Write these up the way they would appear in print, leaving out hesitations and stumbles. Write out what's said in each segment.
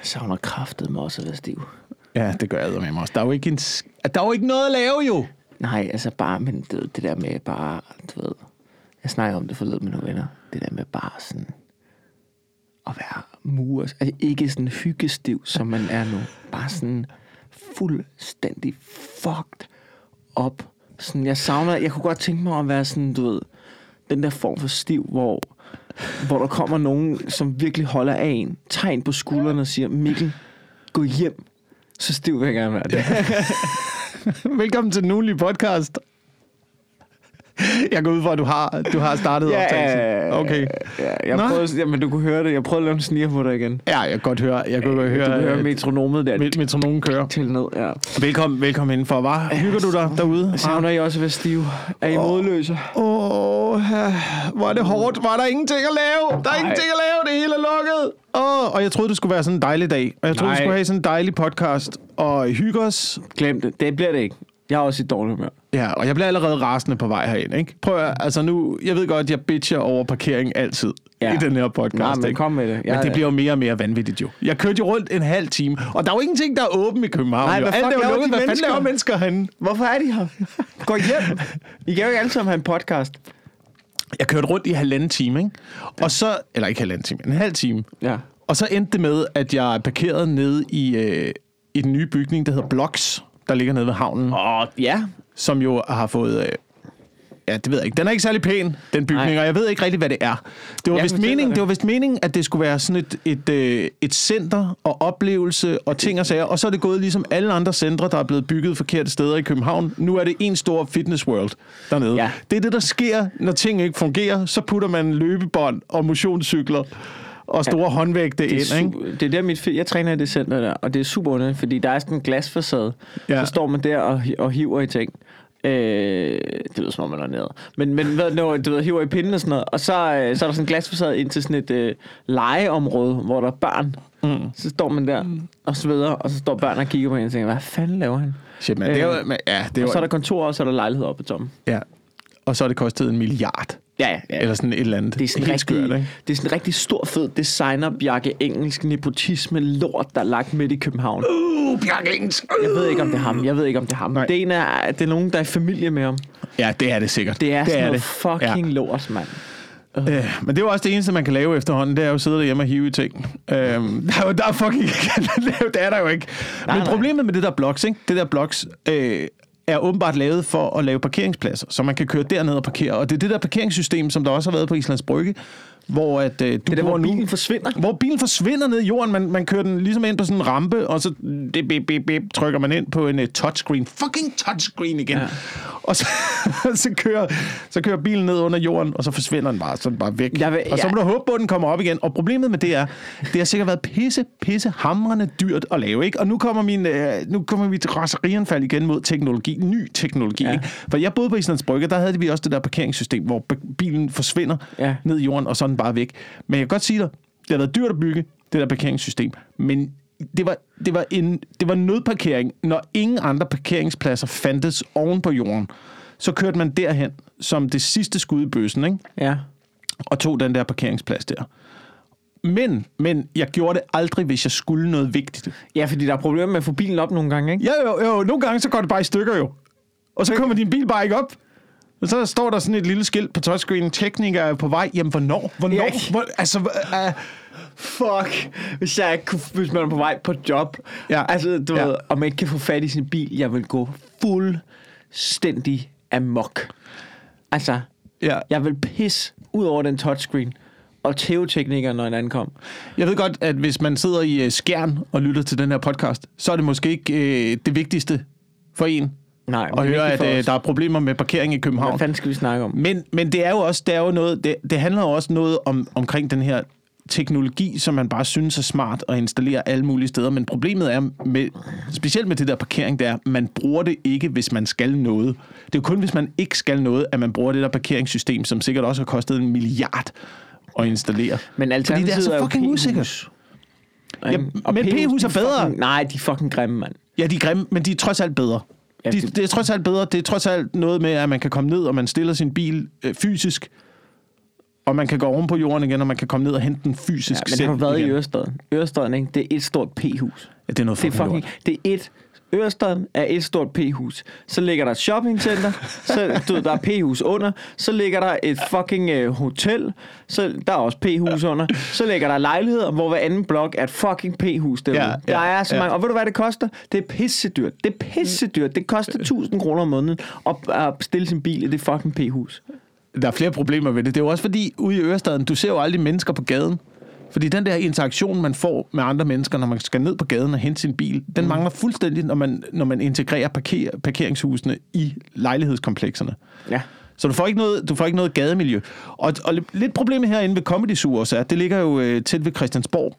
savner kraftet mig også at være stiv. Ja, det gør jeg med mig også. Der er jo ikke noget at lave, jo. Nej, altså bare, men det der med bare, du ved, jeg snakker om det forleden med nogle venner, det der med bare sådan at være murs, altså ikke sådan hyggestiv, som man er nu, bare sådan fuldstændig fucked up. Sådan, jeg kunne godt tænke mig at være sådan, du ved, den der form for stiv, hvor der kommer nogen, som virkelig holder af en, tager en på skuldrene og siger, Mikkel, gå hjem. Så stiv vil jeg gerne være det. Velkommen til den ugenlige podcast. Jeg går ud fra, at du har startet optagelsen. Okay. Ja, men du kunne høre det. Jeg prøvede at lave en sniger på dig igen. Ja, jeg kan godt høre. Du kan høre metronomet der. Metronomen kører. Til ned, ja. Velkommen indenfor. Hvad hygger du dig derude? Savner I også at være stive? Er I modløse? Hvor er det hårdt. Var der ingenting at lave? Der er ingenting at lave. Det hele er lukket. Og jeg troede, det skulle være sådan en dejlig dag. Og jeg troede, vi skulle have sådan en dejlig podcast. Og hygge os. Glem det. Det bliver det ikke. Jeg er også i dårlig humør. Ja, og jeg bliver allerede rasende på vej herind, ikke? Prøv at, altså nu, jeg ved godt, at jeg bitcher over parkering altid i den her podcast. Nej, men kom med det. Men det bliver jo mere og mere vanvittigt jo. Jeg kørte jo rundt en halv time, og der er jo ingenting, der er åben i København. Nej, hvad fanden laver mennesker herinde? Hvorfor er de her? Gå hjem. I kan jo ikke alle sammen have en podcast. Jeg kørte rundt i 1,5 time, ikke? Og så, eller ikke 1,5 time, en halv time. Ja. Og så endte det med, at jeg parkerede nede i den nye bygning, der hedder Blocks, der ligger nede ved havnen. Ja. Som jo har fået... ja, det ved jeg ikke. Den er ikke særlig pæn, den bygning, og jeg ved ikke rigtig, hvad det er. Det var vist meningen, at det skulle være sådan et center og oplevelse og ting og sager, og så er det gået ligesom alle andre centre, der er blevet bygget forkerte steder i København. Nu er det en stor fitness world dernede. Ja. Det er det, der sker, når ting ikke fungerer. Så putter man løbebånd og motionscykler og store håndvægte ind, ikke? Det er der jeg træner i det center der, og det er super underligt, fordi der er sådan en glasfacade. Ja. Så står man der og hiver i ting. Det lyder som om man er nede. Men du ved, hiver i pinden og sådan noget. Og så er der sådan en glasfacade ind til sådan et legeområde, hvor der er børn. Så står man der og sveder, og så står børn og kigger på en og tænker, hvad fanden laver han? Shit, man, og så er der kontor, og så er der lejlighed oppe på toppen. Ja. Og så er det kostet 1 milliard. Ja. Eller sådan et eller andet. Det er sådan helt skørt, ikke? Det er sådan en rigtig stor, fed designer-Bjarke engelsk nepotisme lort, der er lagt midt i København. Bjarke engelsk. Jeg ved ikke, om det er ham. Nej. Det er nogen, der er i familie med ham. Ja, det er det sikkert. Det er sådan noget fucking lort, mand. Men det er jo også det eneste, man kan lave efterhånden. Det er jo at sidde derhjemme og hive i ting. Der er fucking ikke at lave. Det er der jo ikke. Men problemet med det der Blocks, ikke? Det der Blocks... er åbenbart lavet for at lave parkeringspladser, så man kan køre derned og parkere. Og det er det der parkeringssystem, som der også har været på Islands Brygge, hvor at hvor bilen forsvinder. Hvor bilen forsvinder ned i jorden. Man kører den ligesom ind på sådan en rampe, og så trykker man ind på en touchscreen. Fucking touchscreen igen. Ja. Og så kører bilen ned under jorden, og så forsvinder den bare væk. Og så må du håbe på, at den kommer op igen. Og problemet med det har sikkert været pisse hamrende dyrt at lave, ikke? Og nu kommer vi til raserianfald igen mod teknologi, ny teknologi. Ja. Ikke? For jeg boede på Islands Brygge, der havde vi også det der parkeringssystem, hvor bilen forsvinder ned i jorden, og så er den bare væk. Men jeg kan godt sige dig, det har været dyrt at bygge det der parkeringssystem, men det var nødparkering, når ingen andre parkeringspladser fandtes oven på jorden. Så kørte man derhen som det sidste skud i bøssen, ikke? Ja. Og tog den der parkeringsplads der. Men jeg gjorde det aldrig, hvis jeg skulle noget vigtigt. Ja, fordi der er problemer med at få bilen op nogle gange, ikke? Ja, jo. Nogle gange så går det bare i stykker jo. Og så kommer din bil bare ikke op. Og så står der sådan et lille skilt på touchscreen. Tekniker er på vej. Jamen, hvornår? Fuck. Hvis man er på vej på job. Ja. Altså, du ved, og man ikke kan få fat i sin bil. Jeg vil gå fuldstændig amok. Altså, jeg vil pisse ud over den touchscreen. Og tv-tekniker, når en anden kom. Jeg ved godt, at hvis man sidder i Skjern og lytter til den her podcast, så er det måske ikke det vigtigste for en. Nej, og høre, at der er problemer med parkering i København. Hvad fanden skal vi snakke om? Men det er jo også, noget, det handler jo også noget omkring den her teknologi, som man bare synes er smart at installere alle mulige steder. Men problemet er, specielt med det der parkering, det er, at man bruger det ikke, hvis man skal noget. Det er jo kun, hvis man ikke skal noget, at man bruger det der parkeringssystem, som sikkert også har kostet 1 milliard at installere. Men alternativet fordi det er så fucking usikkert. Ja, men P-hus er bedre. Nej, de er fucking grimme, mand. Ja, de er grimme, men de er trods alt bedre. Ja, det er trods alt bedre. Det er trods alt noget med, at man kan komme ned, og man stiller sin bil fysisk. og man kan gå oven på jorden igen, og man kan komme ned og hente den fysisk Ja, men det har været i Ørestaden. Ørestaden, ikke? Det er et stort p-hus. Ja, det er noget fucking lort. Ørestaden er et stort p-hus. Så ligger der et shoppingcenter, så der er p-hus under, så ligger der et fucking hotel, så der er også p-hus under, så ligger der lejligheder, hvor hver anden blok er et fucking p-hus derude. Der er så mange, og ved du hvad det koster? Det er pissedyrt. Det koster 1.000 kroner om måneden at stille sin bil i det fucking p-hus. Der er flere problemer ved det. Det er jo også fordi, ude i Ørestaden, du ser jo aldrig mennesker på gaden. Fordi den der interaktion, man får med andre mennesker, når man skal ned på gaden og hente sin bil, den mangler fuldstændig, når man integrerer parkeringshusene i lejlighedskomplekserne. Ja. Så du får ikke noget gademiljø. Og lidt problemet herinde ved Comedy Zoo også er, at det ligger jo tæt ved Christiansborg,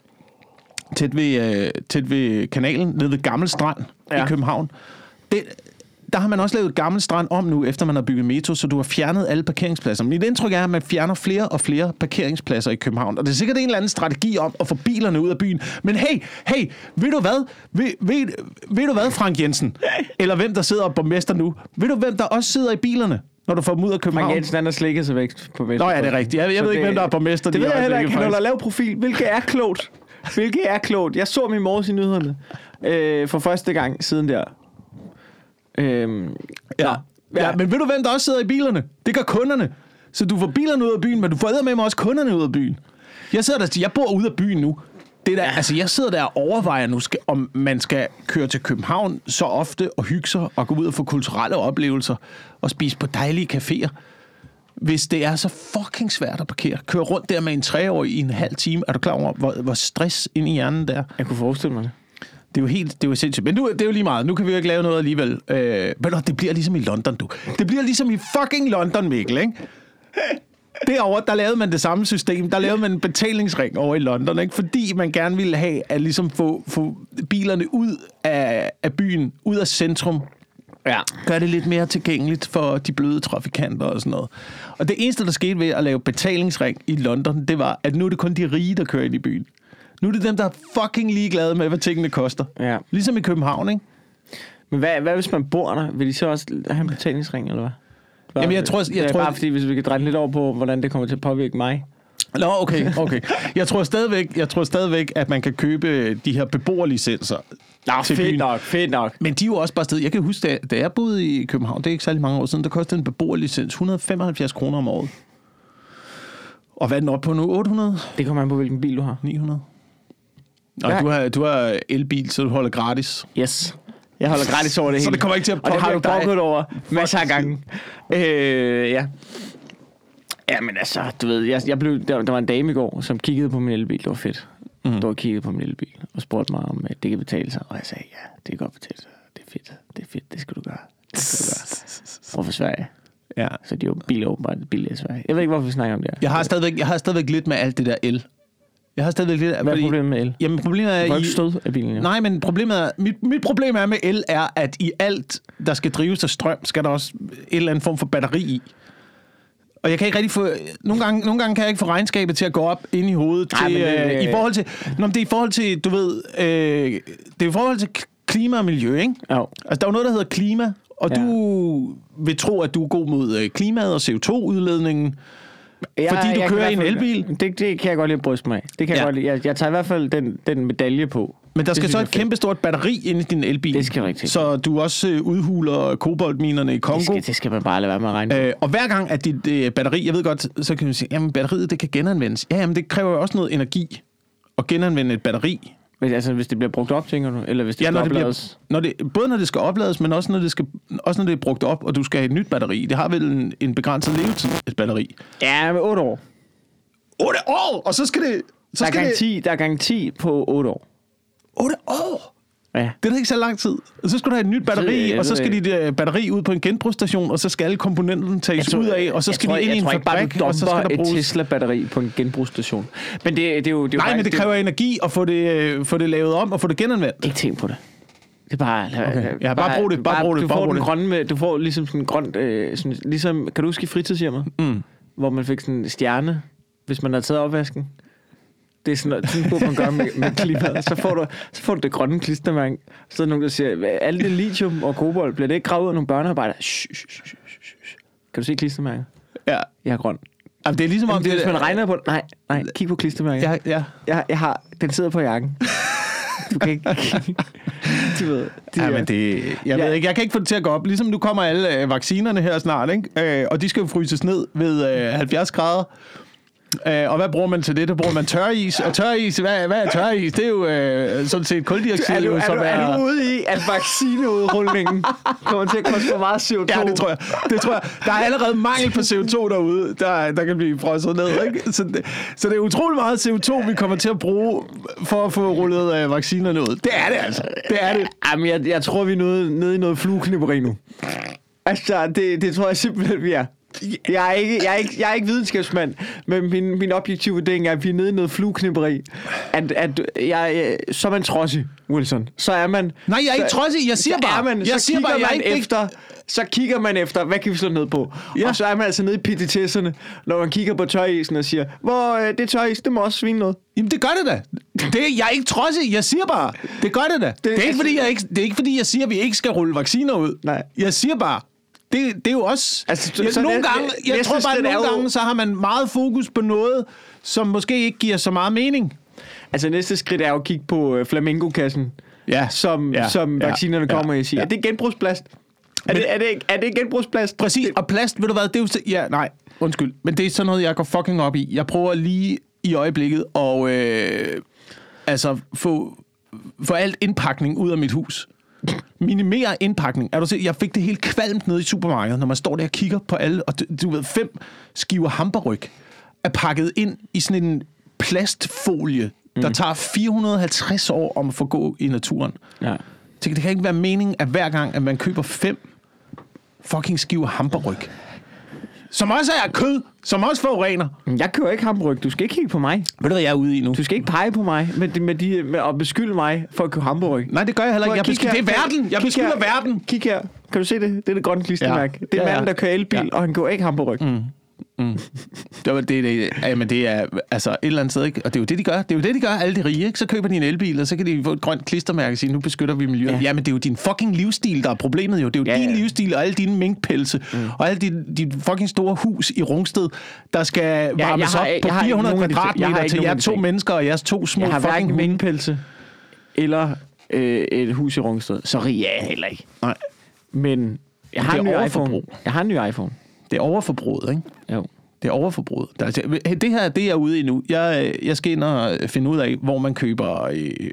tæt ved kanalen, nede ved Gammel Strand i København. Der har man også lavet Gammel Strand om nu, efter man har bygget metro, så du har fjernet alle parkeringspladser. Mit indtryk er, at man fjerner flere og flere parkeringspladser i København. Og det er sikkert en eller anden strategi om at få bilerne ud af byen. Men hey, ved du hvad? Ved du hvad, Frank Jensen? Eller hvem der sidder borgmester nu? Ved du, hvem der også sidder i bilerne, når du får dem ud af København? Frank Jensen, han har slikket sig væk på Vesterbro. Nå ja, det er rigtigt. Jeg ved ikke, hvem der er borgmester. Det ved jeg heller ikke. Han holder lav profil, hvilket er klogt. Jeg så min morges i nyhederne for første gang siden der. Ja, men ved du, hvem der også sidder i bilerne? Det gør kunderne. Så du får bilerne ud af byen, men du får med mig også kunderne ud af byen. Jeg bor ude af byen nu. Altså, jeg sidder der og overvejer nu, om man skal køre til København så ofte og hygge sig og gå ud og få kulturelle oplevelser og spise på dejlige caféer. Hvis det er så fucking svært at parkere. Køre rundt der med en 3-årig i en halv time. Er du klar over, hvor stress ind i hjernen der? Jeg kunne forestille mig det. Det er jo sindssygt. Men det er jo lige meget. Nu kan vi jo ikke lave noget alligevel. Men det bliver ligesom i London, du. Det bliver ligesom i fucking London, Mikkel, ikke? Derovre, der lavede man det samme system. Der lavede man en betalingsring over i London, ikke? Fordi man gerne ville have at ligesom få bilerne ud af byen, ud af centrum. Ja. Gør det lidt mere tilgængeligt for de bløde trafikanter og sådan noget. Og det eneste, der skete ved at lave betalingsring i London, det var, at nu er det kun de rige, der kører ind i byen. Nu er det dem, der er fucking ligeglade med, hvad tingene koster. Ja. Ligesom i København, ikke? Men hvad hvis man bor der? Vil de så også have en betalingsring, eller hvad? Jamen, jeg tror bare fordi, hvis vi kan dreje lidt over på, hvordan det kommer til at påvirke mig. Nå, okay. Jeg tror stadigvæk, at man kan købe de her beboerlicenser til byen. Fedt nok. Men de er jo også bare sted. Jeg kan huske, da jeg boede i København, det er ikke særlig mange år siden, der kostede en beboerlicens 175 kroner om året. Og hvad er den op på nu? 800? Det kommer an på, hvilken bil du har. 900. Og du har elbil, så du holder gratis. Yes. Jeg holder gratis over det hele. Så det kommer ikke til at påvirke dig. Og det har du pågået over masser af gange. Ja. Ja, men altså, du ved, der var en dame i går, som kiggede på min elbil. Det var fedt. Du kiggede på min elbil og spurgte mig, om det kan betale sig. Og jeg sagde, ja, det kan godt betale sig. Det er fedt. Det skal du gøre. Hvorfor Sverige? Ja. Så de er jo biler åbenbart billige i Sverige. Jeg ved ikke, hvorfor vi snakker om det her. Jeg har stadigvæk lidt med alt det der el. Hvad er problemet med el? Jamen, problemet er... Du stød af bilen, ja. Nej, men problemet er... Mit problem er med el er, at i alt, der skal drives af strøm, skal der også en eller anden form for batteri i. Og jeg kan ikke rigtig få... Nogle gange kan jeg ikke få regnskabet til at gå op ind i hovedet. I forhold til... det er i forhold til, du ved... det er i forhold til klima og miljø, ikke? Ja. Altså, der er jo noget, der hedder klima, og du vil tro, at du er god mod klimaet og CO2-udledningen. Fordi du kører i en elbil? Det kan jeg godt lide at bryste mig af. Det kan jeg godt lide. Jeg tager i hvert fald den medalje på. Men der skal så et kæmpestort batteri ind i din elbil. Det skal rigtigt. Så du også udhuler koboltminerne i Kongo. Det skal man bare lade være med at regne. Og hver gang, at dit batteri, jeg ved godt, så kan man sige, jamen batteriet, det kan genanvendes. Ja, men det kræver jo også noget energi at genanvende et batteri. Men altså, hvis det bliver brugt op, tænker du? Eller hvis det skal oplades? Både når det skal oplades, men også når det er brugt op, og du skal have et nyt batteri. Det har vel en begrænset levetid, et batteri. Ja, med 8 år. 8 år? Og så skal det... Der er garanti på 8 år. 8 år? Ja. Det er da ikke så lang tid. Og så skal du have et nyt batteri, og så skal dit batteri ud på en genbrugsstation, og så skal alle komponenterne tages ud af, og så skal de ind i en fabrik, og så skal der bruges... et Tesla-batteri på en genbrugsstation. Men det er jo nej, men det kræver energi at få det lavet om og få det genanvendt. Ikke tænk på det. Det er bare... Okay. Ja, bare brug det. Du får den grønne med... Du får ligesom sådan en grønt... ligesom, kan du huske i fritidshjemmet? Hvor man fik sådan en stjerne, hvis man havde taget opvasken? Det er sådan noget, man gør med klimaet. Så får du det grønne klistermærke. Så er der nogen, der siger, alt det lithium og kobolt, bliver det ikke gravet ud af nogle børnearbejder? Kan du se klistermærket? Ja. Jeg er grøn. Det er ligesom om... Hvis man regner på... Nej, kig på klistermærket. Ja. Jeg har... Den sidder på jakken. Du kan ikke... Du ved, men det... Jeg ved ikke, jeg kan ikke få det til at gå op. Ligesom nu kommer alle vaccinerne her snart, ikke? Og de skal jo fryses ned ved 70 grader. Og hvad bruger man til det? Der bruger man tøris. Og tøris, hvad er tøris? Det er jo sådan set kuldioxid. Er du ude i, at vaccineudrulningen kommer til at koste for meget CO2? Ja, det tror jeg. Der er allerede mangel på CO2 derude, der kan blive frosset ned. Ikke? Så det er utrolig meget CO2, vi kommer til at bruge for at få rullet vaccinerne ud. Det er det altså. Det er det. Jamen, jeg tror, vi er nede i noget flueknipperi nu. Altså, det tror jeg simpelthen, vi er. Jeg er ikke videnskabsmand, men min objektive vurdering er, at vi er nede i noget flueknipperi. Så er man trodsig, Wilson. Så er man... Nej, jeg er ikke trodsig. Jeg siger bare... Så kigger man efter, hvad kan vi slå ned på? Ja. Og så er man altså nede i petitesserne, når man kigger på tøjisen og siger, det tøjis, det må også svine noget. Jamen, det gør det da. Jeg er ikke trodsig. Jeg siger bare, det gør det da. Det er ikke fordi, jeg siger, at vi ikke skal rulle vacciner ud. Nej. Jeg siger bare, det er jo også... Altså, jeg tror bare, at nogle gange, så har man meget fokus på noget, som måske ikke giver så meget mening. Altså, næste skridt er jo at kigge på flamingokassen, som vaccinerne kommer i og siger. Er det genbrugsplast? Er det genbrugsplast? Præcis, og plast, ved du hvad, det er jo... Ja, nej, undskyld. Men det er sådan noget, jeg går fucking op i. Jeg prøver lige i øjeblikket at få alt indpakning ud af mit hus. Minimere indpakning. Jeg fik det helt kvalmt nede i supermarkedet, når man står der og kigger på alle, og du ved, 5 skiver hamburgryg er pakket ind i sådan en plastfolie, der tager 450 år om at forgå i naturen. Ja. Det kan ikke være meningen, at hver gang, at man køber 5 fucking skiver hamburgryg, som også er kød, som også forurener. Jeg køber ikke hamburg. Du skal ikke kigge på mig. Ved du, hvad jeg er ude i nu? Du skal ikke pege på mig med at beskylde mig for at købe hamburg. Nej, det gør jeg heller ikke. Det er verden. Jeg beskylder verden. Kig her. Kan du se det? Det er det grønne klistermærke. Det er manden, der kører elbil, og han køber ikke hamburg. Men det er altså et eller andet sted, ikke? Og det er jo det, de gør. Det er jo det, de gør, alle de rige, ikke? Så køber de en elbil, og så kan de få et grønt klistermærke og sige, nu beskytter vi miljøet. Ja. Jamen, det er jo din fucking livsstil, der er problemet jo. Det er jo din livsstil, og alle dine minkpelse, og alle de fucking store hus i Rungsted, der skal varmes op på 400 kvadratmeter til jer 2 mennesker og jeres 2 små fucking hunde. Jeg har hverken minkpelse eller et hus i Rungsted. Så rig er jeg heller ikke. Nej. Men jeg har en ny iPhone. Det er overforbruget, ikke? Jo. Det er overforbruget. Det her, det er ude i nu. Jeg skal ind og finde ud af, hvor man køber,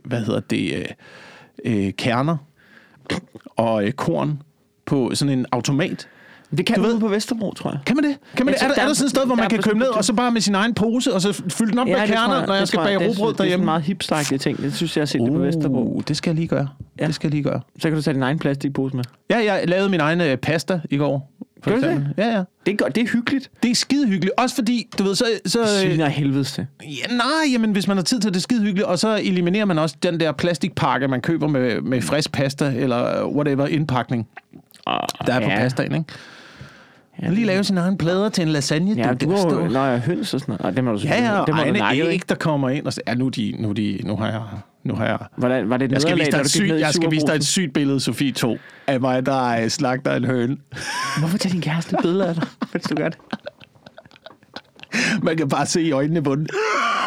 kerner og korn på sådan en automat. Det kan man ude på Vesterbro, tror jeg. Kan man det? Er der sådan et sted, hvor man kan købe ned, og så bare med sin egen pose, og så fylde den op med kerner, når jeg skal bage rugbrød derhjemme? Det er en meget hipstagtige ting. Det synes jeg har set det på Vesterbro. Det skal jeg lige gøre. Ja. Det skal jeg lige gøre. Så kan du tage din egen plastikpose med. Ja, jeg lavede min egen pasta i går. Gør du det? Ja. Det er hyggeligt. Det er skide hyggeligt. Også fordi, du ved, så sviner helvedes til. Ja, jamen, hvis man har tid til det, er skide hyggeligt. Og så eliminerer man også den der plastikpakke, man køber med frisk pasta, eller whatever, indpakning, der er på pastaen, ikke? Ja, lige lave sin egen plader til en lasagne. Ja, du har jo... Nå, høns og sådan noget. Det må du sige. Ja, og egne æg, der kommer ind. Og så, nu har jeg... Var det jeg skal vise dig et sygt billede, Sofie 2, af mig, der slagter en høne. Hvorfor tager din kæreste billeder af dig, hvis du gør det? Man kan bare se i øjnene på den.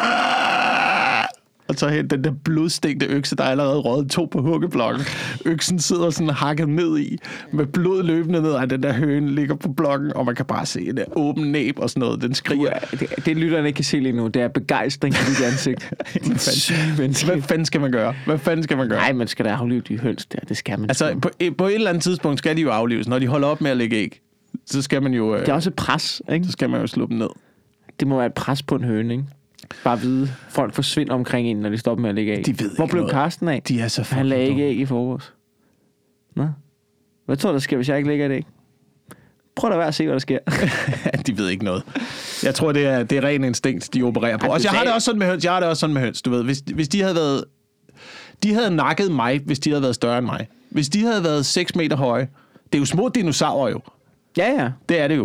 Og så hen den der blodstængte økse, der er allerede røget 2 på huggeblokken. Øksen sidder sådan hakket ned i, med blod løbende ned, og den der høne ligger på blokken, og man kan bare se en åben næb og sådan noget. Den skriger. Det lytterne ikke kan se lige nu, det er begejstring i dit ansigt. Hvad fanden skal man gøre? Nej, man skal da aflive de høns der. Det skal man. Altså, på et eller andet tidspunkt skal de jo aflives. Når de holder op med at lægge æg, så skal man jo... Det er også et pres, ikke? Så skal man jo slå dem ned. Det må være et pres på en høne, ikke? Bare vide, folk forsvinder omkring en, når de stopper med at lægge æg. De ved Hvor blev noget. Karsten af? De er så han lagde ikke æg i forgårs. Nå? Hvad tror du, der sker, hvis jeg ikke lægger et æg? Prøv da at være at se, hvad der sker. De ved ikke noget. Jeg tror, det er ren instinkt, de opererer på. Jeg har det også sådan med høns. Du ved, hvis de havde været... De havde nakket mig, hvis de havde været større end mig. Hvis de havde været 6 meter høje. Det er jo små dinosaurer jo. Ja. Det er det jo.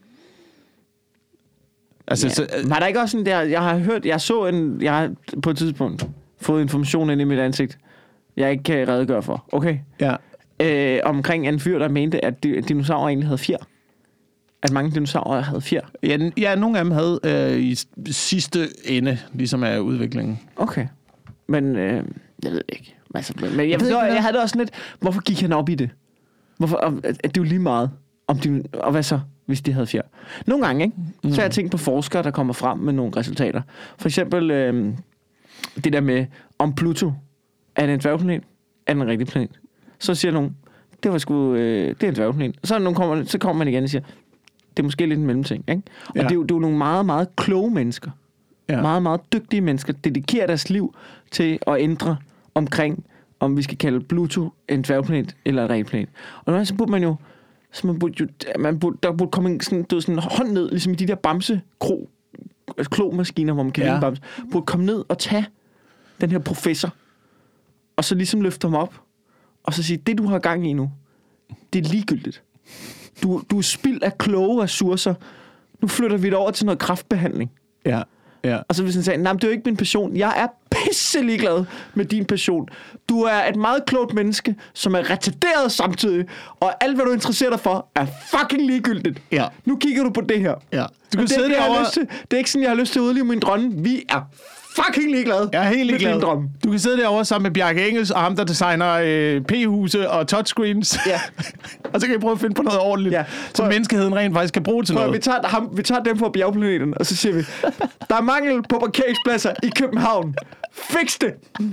Altså, var der ikke også sådan der, jeg har på et tidspunkt fået information ind i mit ansigt, jeg ikke kan redegøre for. Okay? Ja. Omkring en fyr, der mente, at dinosaurer egentlig havde fjer. At mange dinosaurer havde fjer? Ja, nogle af dem havde i sidste ende, ligesom af udviklingen. Okay. Men jeg ved det ikke. Altså, men jeg havde det også lidt, hvorfor gik han op i det? Hvorfor, at det er jo lige meget. Og hvad så, hvis de havde fjer? Nogle gange, ikke? Så har jeg tænkt på forskere, der kommer frem med nogle resultater. For eksempel det der med, om Pluto er det en dværgplanet, er det en rigtig planet? Så siger nogen, det er en dværgplanet. Så kommer man igen og siger, det er måske lidt en mellemting, ikke? Og det er jo nogle meget, meget kloge mennesker. Ja. Meget, meget dygtige mennesker, dedikerer deres liv til at ændre omkring, om vi skal kalde Pluto en dværgplanet eller en rigtig planet. Og så burde man jo, der burde komme sådan en hånd ned, ligesom i de der klomaskiner, hvor man kan lide bamse, burde komme ned og tage den her professor, og så ligesom løfte ham op, og så sige, det du har gang i nu, det er ligegyldigt. Du er spild af kloge ressourcer. Nu flytter vi det over til noget kræftbehandling. Ja. Og så hvis han sagde, nej, det er jo ikke min passion. Jeg er pisselig glad med din passion. Du er et meget klogt menneske, som er retarderet samtidig, og alt, hvad du interesserer dig for, er fucking ligegyldigt. Ja. Nu kigger du på det her. Ja. Du kan sidde derovre. Det er ikke sådan, jeg har lyst til at udleve min drømme. Vi er fucking ligeglade. Jeg er helt ligeglad. Du kan sidde derovre sammen med Bjarke Engels og ham, der designer p-huse og touchscreens. Ja. Og så kan I prøve at finde på noget ordentligt, som menneskeheden rent faktisk kan bruge til noget. Vi tager dem fra bjergplaneten, og så siger vi, der er mangel på parkeringspladser i København. Fix det!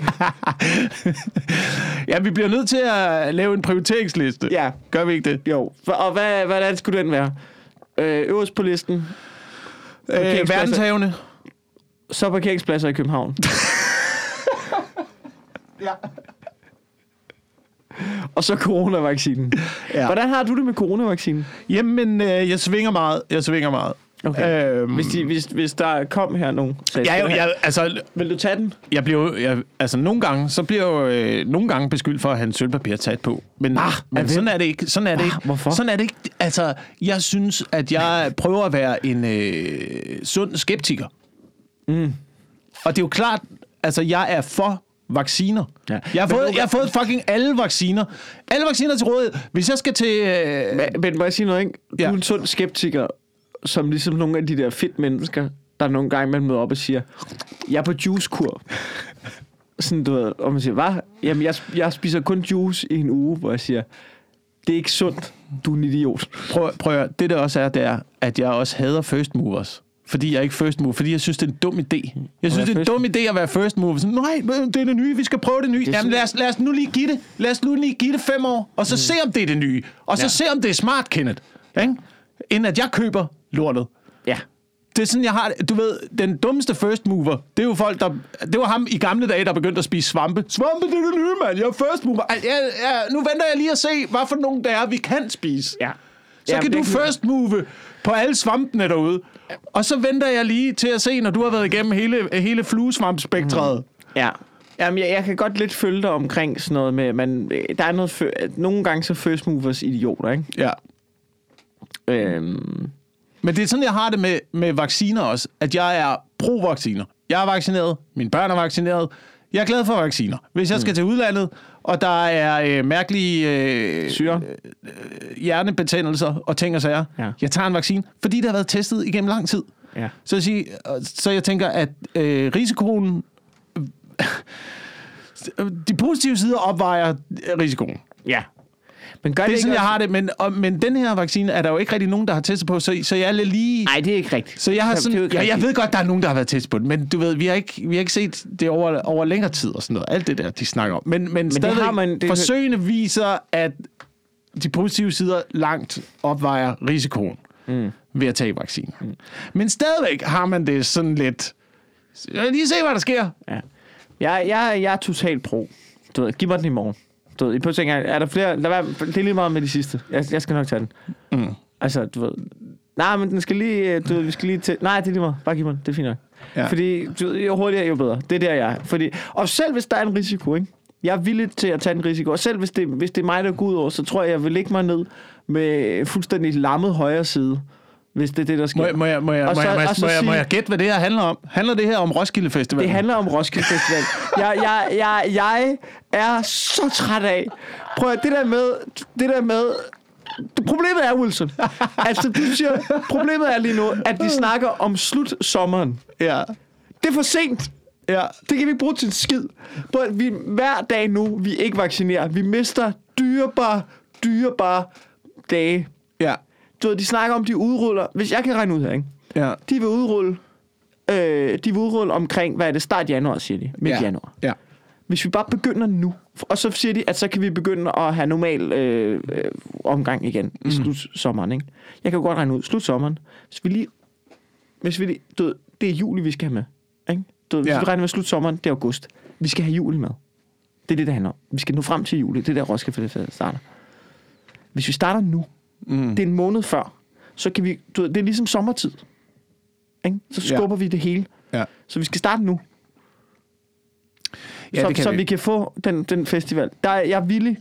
Ja, vi bliver nødt til at lave en prioriteringsliste. Ja. Gør vi ikke det? Jo. Og hvad skulle den være? Øverst på listen? Verdenshavene. Så parkeringspladser i København. Ja. Og så coronavaccinen. Ja. Hvordan har du det med coronavaccinen? Jamen, jeg svinger meget. Okay. Hvis der kom her nogen... Vil du tage den? Nogle gange, så bliver jeg nogle gange beskyldt for at have en sølvpapir taget på. Men sådan er det ikke. Hvorfor? Sådan er det ikke. Altså, jeg synes, at jeg prøver at være en sund skeptiker. Mm. Og det er jo klart, altså, jeg er for vacciner. Ja. Jeg har fået fucking alle vacciner. Alle vacciner til rådighed. Hvis jeg skal til... Men må jeg sige noget, ikke? Du er en sund skeptiker, som ligesom nogle af de der fedt mennesker, der nogle gange man møder op og siger, jeg er på juicekur. Sådan, du ved, og man siger, hvad? Jamen, jeg spiser kun juice i en uge, hvor jeg siger, det er ikke sundt, du er en idiot. Prøv at, det også er, det er, at jeg også hader first movers. Fordi jeg er ikke first mover, fordi jeg synes, det er en dum idé. Jeg synes, det er en dum idé at være first mover. Sådan, nej, det er det nye, vi skal prøve det nye. Jamen, lad os nu lige give det. Lad os nu lige give det 5 år, og så se, om det er det nye. Og så se, om det er smart, Kenneth. Ikke? Inden at jeg køber lortet. Ja. Det er sådan, jeg har det. Du ved, den dummeste first mover, det er jo folk, der... Det var ham i gamle dage, der begyndte at spise svampe. Svampe, det er det nye, mand. Jeg er first mover. Nu venter jeg lige at se, hvad for nogen der er, vi kan spise. Ja. Så kan du first move på alle svampene derude. Og så venter jeg lige til at se, når du har været igennem hele fluesvampspektret. Ja. Jamen, jeg kan godt lidt følge dig omkring sådan noget med... der er noget... Nogle gange så first movers idioter, ikke? Ja. Men det er sådan, jeg har det med vacciner også. At jeg er pro-vacciner. Jeg er vaccineret. Mine børn er vaccineret. Jeg er glad for vacciner. Hvis jeg skal til udlandet, og der er mærkelige hjernebetændelser og ting og sager, jeg tager en vaccine, fordi det har været testet igennem lang tid. Ja. Så jeg tænker, at risikoen... de positive sider opvejer risikoen. Ja. Men det er sådan, jeg har det, men den her vaccine er der jo ikke rigtig nogen, der har testet på, så jeg er lige... Nej, det er ikke rigtigt. Så jeg har sådan, jeg ved godt, der er nogen, der har været testet på det, men du ved, vi har ikke set det over længere tid og sådan noget. Alt det der, de snakker om. Men stadigvæk, forsøgene viser, at de positive sider langt opvejer risikoen ved at tage vaccinen. Men stadigvæk har man det sådan lidt... Lige se, hvad der sker. Ja. Jeg er totalt pro. Du ved, giv mig den i morgen. Du ved, på tænker, er der flere... Det er lige meget med de sidste. Jeg skal nok tage den. Mm. Altså, du ved... Nej, men den skal lige... Du ved, vi skal lige til... Nej, det er lige meget. Bare giv mig den. Det er fint nok. Ja. Fordi jo hurtigere, jo bedre. Det er der, jeg er. Og selv hvis der er en risiko, ikke? Jeg er villig til at tage en risiko. Og selv hvis det er mig, der går ud over, så tror jeg vil lægge mig ned med fuldstændig lammet højre side. Hvis det er det, der sker. Må jeg gætte, hvad det her handler om? Handler det her om Roskilde Festival? Det handler om Roskilde Festival. Jeg er så træt af. Prøv at det der med Problemet er, Wilson, altså du siger, problemet er lige nu, at de snakker om slutsommeren. Ja. Det er for sent. Ja. Det kan vi ikke bruge til en skid. Hver dag nu, vi ikke vaccinerer, vi mister dyrebare dage. Ja. Du ved, de snakker om, de udruller, hvis jeg kan regne ud her, ikke? Ja. De vil udrulle omkring, hvad er det, start januar, siger de. Midt januar. Ja. Hvis vi bare begynder nu, og så siger de, at så kan vi begynde at have normal omgang igen i slutsommeren, ikke? Jeg kan jo godt regne ud, slutsommeren, hvis vi lige, du ved, det er juli, vi skal have med, ikke? Du ved, hvis vi regner med slutsommeren, det er august. Vi skal have juli med. Det er det, det handler om. Vi skal nå frem til juli. Det er der Roskilde Festival starter. Hvis vi starter nu, det er en måned før, så kan vi, du ved, det er ligesom sommertid. Ikke? Så skubber vi det hele. Ja. Så vi skal starte nu. Ja, så vi kan få den festival. Der er jeg villig.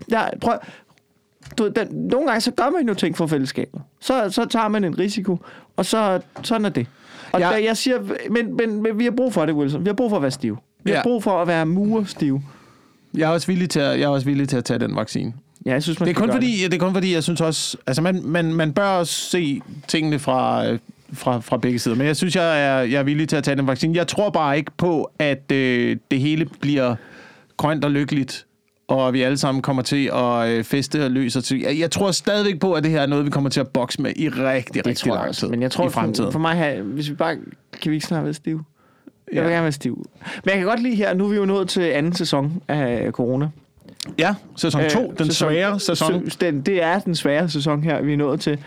Nogle gange så gør man jo ting for fællesskabet. Så tager man en risiko, og sådan er det. Og jeg siger, men vi har brug for det, Wilson. Vi har brug for at være stive. Vi har brug for at være murestive. Jeg er også villig til at tage den vaccine. Ja, jeg synes, det er kun fordi, jeg synes også, altså man bør også se tingene fra begge sider. Men jeg synes, jeg er villig til at tage den vaccine. Jeg tror bare ikke på, at det hele bliver grønt og lykkeligt, og vi alle sammen kommer til at feste og løse os. Jeg tror stadigvæk på, at det her er noget, vi kommer til at bokse med i rigtig lang tid. Men jeg tror, i fremtiden. For mig, hvis vi bare... Kan vi ikke snart være stive? Jeg vil gerne være stiv. Men jeg kan godt lide her, nu er vi jo nået til anden sæson af corona. Ja, sæson 2, den svære sæson. Det er den svære sæson her, vi er nået til.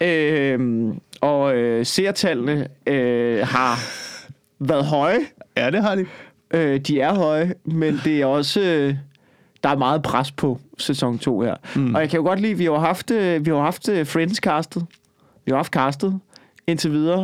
Seertallene har været høje. Ja, det har de. De er høje, men det er også... der er meget pres på sæson 2 her. Og jeg kan jo godt lide, vi har haft Friends-castet. Vi har haft castet indtil videre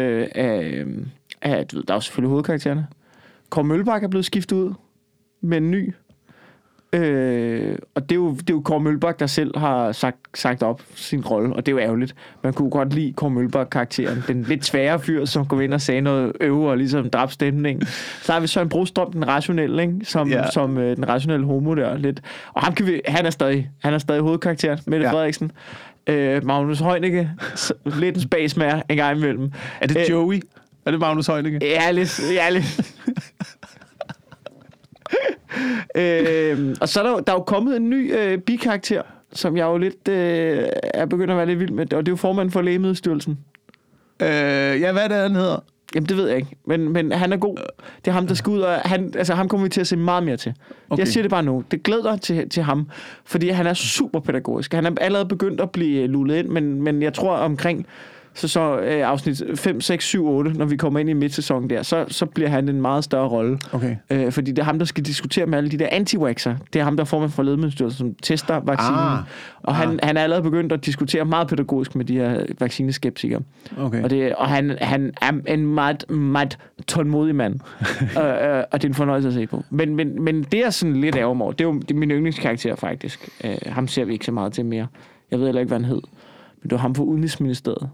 der er jo selvfølgelig hovedkaraktererne. Kåre Mølbak er blevet skiftet ud med en ny. Og det er jo Kåre Mølbak, der selv har sagt op sin rolle, og det er jo ærgerligt. Man kunne godt lide Kåre Mølbak-karakteren. Den lidt svære fyr, som kom ind og sagde noget og ligesom dræbte stemningen. Så har vi Søren Brostrøm, den rationelle, ikke? Som den rationelle homo der lidt. Og han er stadig hovedkarakteren, Mette Frederiksen. Magnus Heunicke, lidt en spasmager en gang imellem. Er det Joey? Er det Magnus Heunicke? Ja, lidt. Og så er der jo kommet en ny bikarakter, som jeg jo lidt er begyndt at være lidt vild med, og det er jo formanden for Lægemiddelstyrelsen. Hvad er det, han hedder? Jamen, det ved jeg ikke, men han er god. Det er ham, der skal ud, og ham kommer vi til at se meget mere til. Okay. Jeg siger det bare nu. Det glæder til ham, fordi han er super pædagogisk. Han er allerede begyndt at blive lullet ind, men jeg tror omkring så afsnit 5, 6, 7, 8, når vi kommer ind i midtsæsonen der, så bliver han en meget større rolle. Okay. Fordi det er ham, der skal diskutere med alle de der anti-vaxxer. Det er ham, der får man fra Lægemiddelstyrelsen, som tester vaccinen. Og han er allerede begyndt at diskutere meget pædagogisk med de her vaccineskeptikere. Okay. Og han er en meget, meget tålmodig mand. Og det er en fornøjelse at se på. Men det er sådan lidt ærgermår. Det er jo min yndlingskarakter, faktisk. Ham ser vi ikke så meget til mere. Jeg ved heller ikke, hvad han hed. Men det var ham fra Udenrigsministeriet.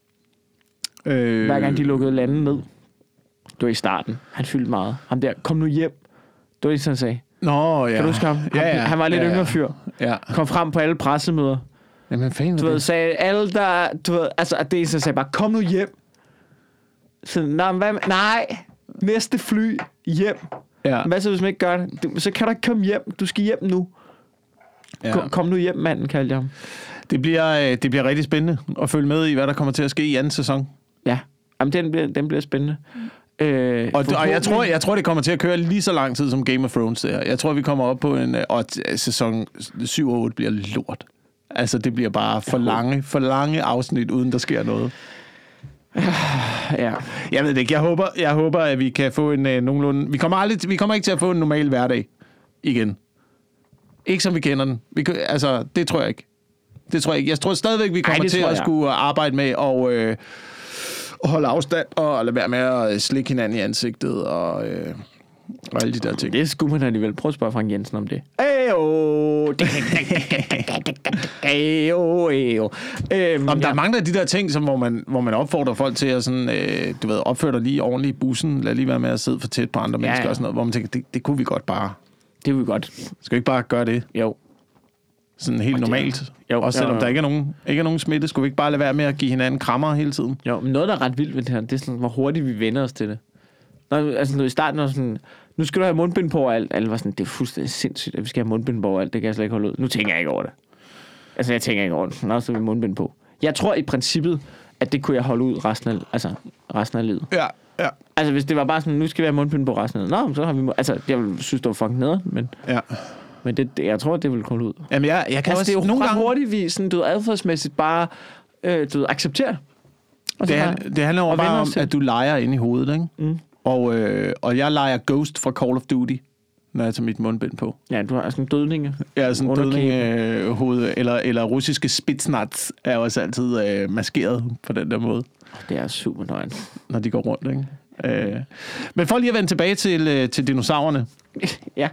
Hver gang de lukkede landet ned. Det var i starten. Han fyldte meget. Ham der, kom nu hjem. Det var det, han sagde. Nå, ja. Kan du huske ham? Han var lidt yngre fyr. Ja. Kom frem på alle pressemøder. Jamen, fanden du ved, sagde alle der... Du ved, altså, det er, sagde bare, kom nu hjem. Så, nej, næste fly hjem. Ja. Hvad så, hvis man ikke gør det? Så kan du ikke komme hjem. Du skal hjem nu. Ja. Kom nu hjem, manden, kaldte jeg ham. Det bliver rigtig spændende at følge med i, hvad der kommer til at ske i anden sæson. Ja, jamen, den bliver spændende. Og jeg tror, det kommer til at køre lige så lang tid som Game of Thrones der. Jeg tror, vi kommer op på og sæson 7 og 8 bliver lort. Altså, det bliver bare for lange afsnit, uden der sker noget. Ja. Jeg ved det ikke. Jeg håber, at vi kan få en nogenlunde... Vi kommer ikke til at få en normal hverdag igen. Ikke som vi kender den. Det tror jeg ikke. Jeg tror stadigvæk, vi kommer til at skulle arbejde med at holde afstand og lade være med at slikke hinanden i ansigtet og alle de der ting. Det skulle man alligevel. Prøv at spørge Frank Jensen om det. Der er mange af de der ting, som, hvor man opfordrer folk til at sådan, opføre dig lige ordentligt i bussen. Lad lige være med at sidde for tæt på andre mennesker og sådan noget, hvor man tænker, det kunne vi godt bare. Det kunne vi godt. Skal vi ikke bare gøre det? Jo. Sådan helt normalt. Jo, også selvom der ikke er nogen smitte. Skulle vi ikke bare lade være med at give hinanden krammer hele tiden? Jo, men noget, der er ret vildt ved det her, det er sådan, hvor hurtigt vi vender os til det. Når i starten var sådan, nu skal du have mundbind på og alt. Alle var sådan, det er fuldstændig sindssygt, at vi skal have mundbind på og alt. Det kan jeg slet ikke holde ud. Nu tænker jeg ikke over det. Altså, jeg tænker ikke over det. Nå, så er vi mundbind på. Jeg tror i princippet, at det kunne jeg holde ud resten af livet. Ja. Altså, hvis det var bare sådan, nu skal vi have mundbind på resten af livet. Nå, så har vi... Altså, jeg synes, det var fucking nede, men... Ja. Men jeg tror, det vil komme ud. Jamen, jeg kan altså, også det er jo nogle gange hurtigt, vi sådan, adfærdsmæssigt bare accepterer. Det handler jo bare om, at du leger ind i hovedet, ikke? Mm. Og jeg leger Ghost fra Call of Duty, når jeg tager mit mundbind på. Ja, du har sådan en dødninge. Ja, sådan en dødningehoved, eller russiske spitsnats er også altid maskeret på den der måde. Det er super nøjent. Når de går rundt, ikke? Men for lige at vende tilbage til dinosaurerne. Ja.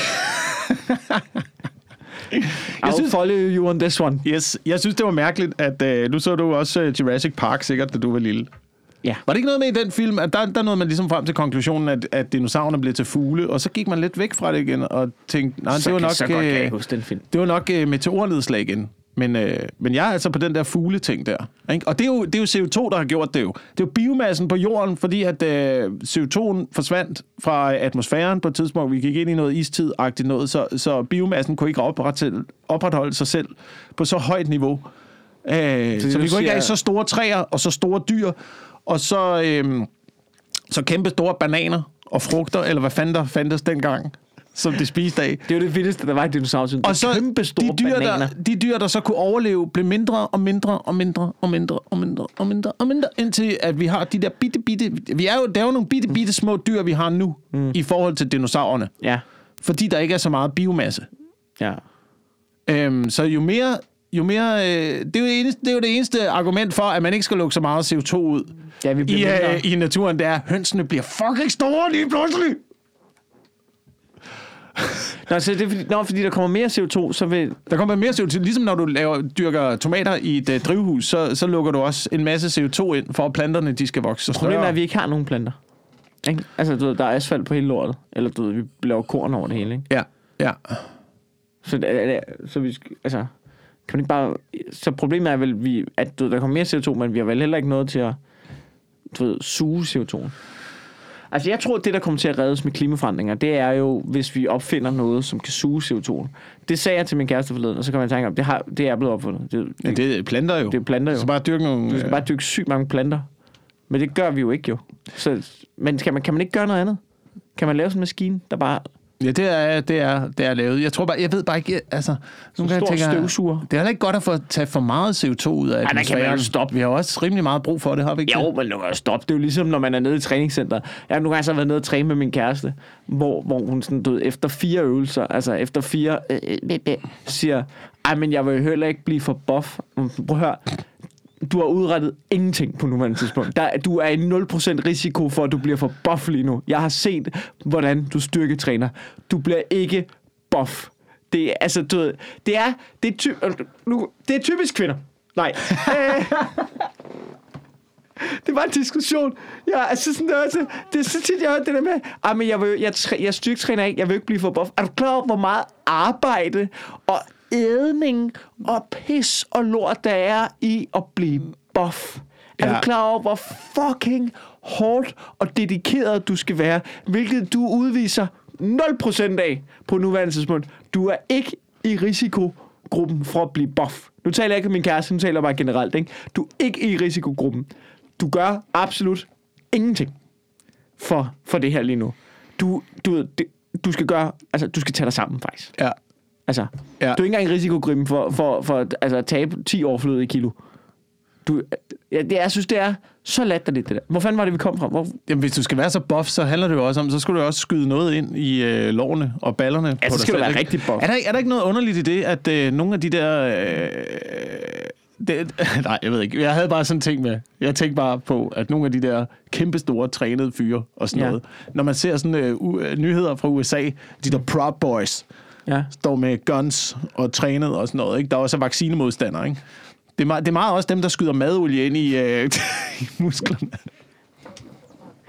I'll follow you on this one. Yes, jeg synes, det var mærkeligt, at nu så du også Jurassic Park sikkert, da du var lille. Ja. Var det ikke noget med i den film, at der nåede man ligesom frem til konklusionen, at dinosaurerne blev til fugle, og så gik man lidt væk fra det igen, og tænkte, nej, det var nok, så godt kan jeg huske den film. Det var nok meteornedslag igen. Men jeg er altså på den der fugle-ting der. Ikke? Og det er jo CO2, der har gjort det jo. Det er jo biomassen på jorden, fordi at CO2'en forsvandt fra atmosfæren på et tidspunkt. Vi gik ind i noget istid-agtigt noget, så biomassen kunne ikke opretholde sig selv på så højt niveau. Så vi kunne ikke have så store træer og så store dyr, og så kæmpe store bananer og frugter, eller hvad fanden der fandtes dengang, som det spiste af. Det er jo det vildeste, der var i dinosaurtiden. Og så de dyr, der så kunne overleve, blev mindre og mindre og mindre og mindre og mindre og mindre og mindre, indtil at vi har de der bitte, der er jo nogle bitte små dyr, vi har nu, i forhold til dinosaurerne. Ja. Fordi der ikke er så meget biomasse. Ja. Så jo mere det er jo det eneste argument for, at man ikke skal lukke så meget CO2 ud i naturen, det er, hønsene bliver fucking store lige pludselig. Fordi der kommer mere CO2, så vil... Der kommer mere CO2, ligesom når du dyrker tomater i et drivhus, så lukker du også en masse CO2 ind, for at planterne de skal vokse. Problemet er, at vi ikke har nogen planter. Ikke? Altså, der er asfalt på hele lortet. Eller vi laver korn over det hele, ikke? Ja. Så vi... Altså... Kan man ikke bare... Så problemet er vel, at der kommer mere CO2, men vi har vel heller ikke noget til at suge CO2'en. Altså, jeg tror, at det, der kommer til at reddes med klimaforandringer, det er jo, hvis vi opfinder noget, som kan suge CO2'en. Det sagde jeg til min kæreste forleden, og så kan man tænke om, det er blevet opfundet. Det er planter jo. Det er planter jo. Så bare dyrke nogle... Du skal bare dyrke sygt mange planter. Men det gør vi jo ikke, jo. Men kan man ikke gøre noget andet? Kan man lave sådan en maskine, der bare... Ja, det er lavet. Jeg ved bare ikke, altså... Nogle gange tænker støvsuger. Det er heller ikke godt at få tage for meget CO2 ud af atmosfæren. Kan man jo stoppe. Vi har også rimelig meget brug for det, har vi ikke? Jo, men nu kan stoppe. Det er jo ligesom, når man er nede i træningscenter. Jeg har nogle gange så været nede og træne med min kæreste, hvor hun sådan, efter 4 øvelser, altså efter 4, siger, men jeg vil jo heller ikke blive for buff. Prøv at høre. Du har udrettet ingenting på nuværende tidspunkt. Du er i 0% risiko for, at du bliver for buff lige nu. Jeg har set, hvordan du styrketræner. Du bliver ikke buff. Det er, altså, du ved, det er typisk kvinder. Nej. Det var en diskussion. Ja, altså sådan der, det er så tit, jeg har det der med, men jeg styrketræner ikke, jeg vil ikke blive for buff. Er du klar over, hvor meget arbejde og ædning og pis og lort, der er i at blive buff? Ja. Er du klar over, hvor fucking hårdt og dedikeret du skal være, hvilket du udviser 0% af på nuværende tidspunkt? Du er ikke i risikogruppen for at blive buff. Nu taler jeg ikke om min kæreste, nu taler jeg bare generelt, ikke? Du er ikke i risikogruppen. Du gør absolut ingenting for det her lige nu. Du skal gøre, altså du skal tage dig sammen faktisk. Ja. Altså, du er ikke engang i risikogruppen for altså, at tabe 10 overflødige kilo. Jeg synes, det er så latterligt, det der. Hvor fanden var det, vi kom fra? Jamen, hvis du skal være så buff, så handler det jo også om, så skulle du også skyde noget ind i lårene og ballerne. Ja, så skal du være rigtig buff. Er der ikke noget underligt i det, at nogle af de der... nej, jeg ved ikke. Jeg havde bare sådan en ting med. Jeg tænkte bare på, at nogle af de der kæmpestore trænede fyre og sådan noget. Når man ser sådan nyheder fra USA, de der prop boys, står med guns og trænet og sådan noget, ikke? Der er også vaccinemodstandere, ikke? Det er meget også dem, der skyder madolie ind i musklerne.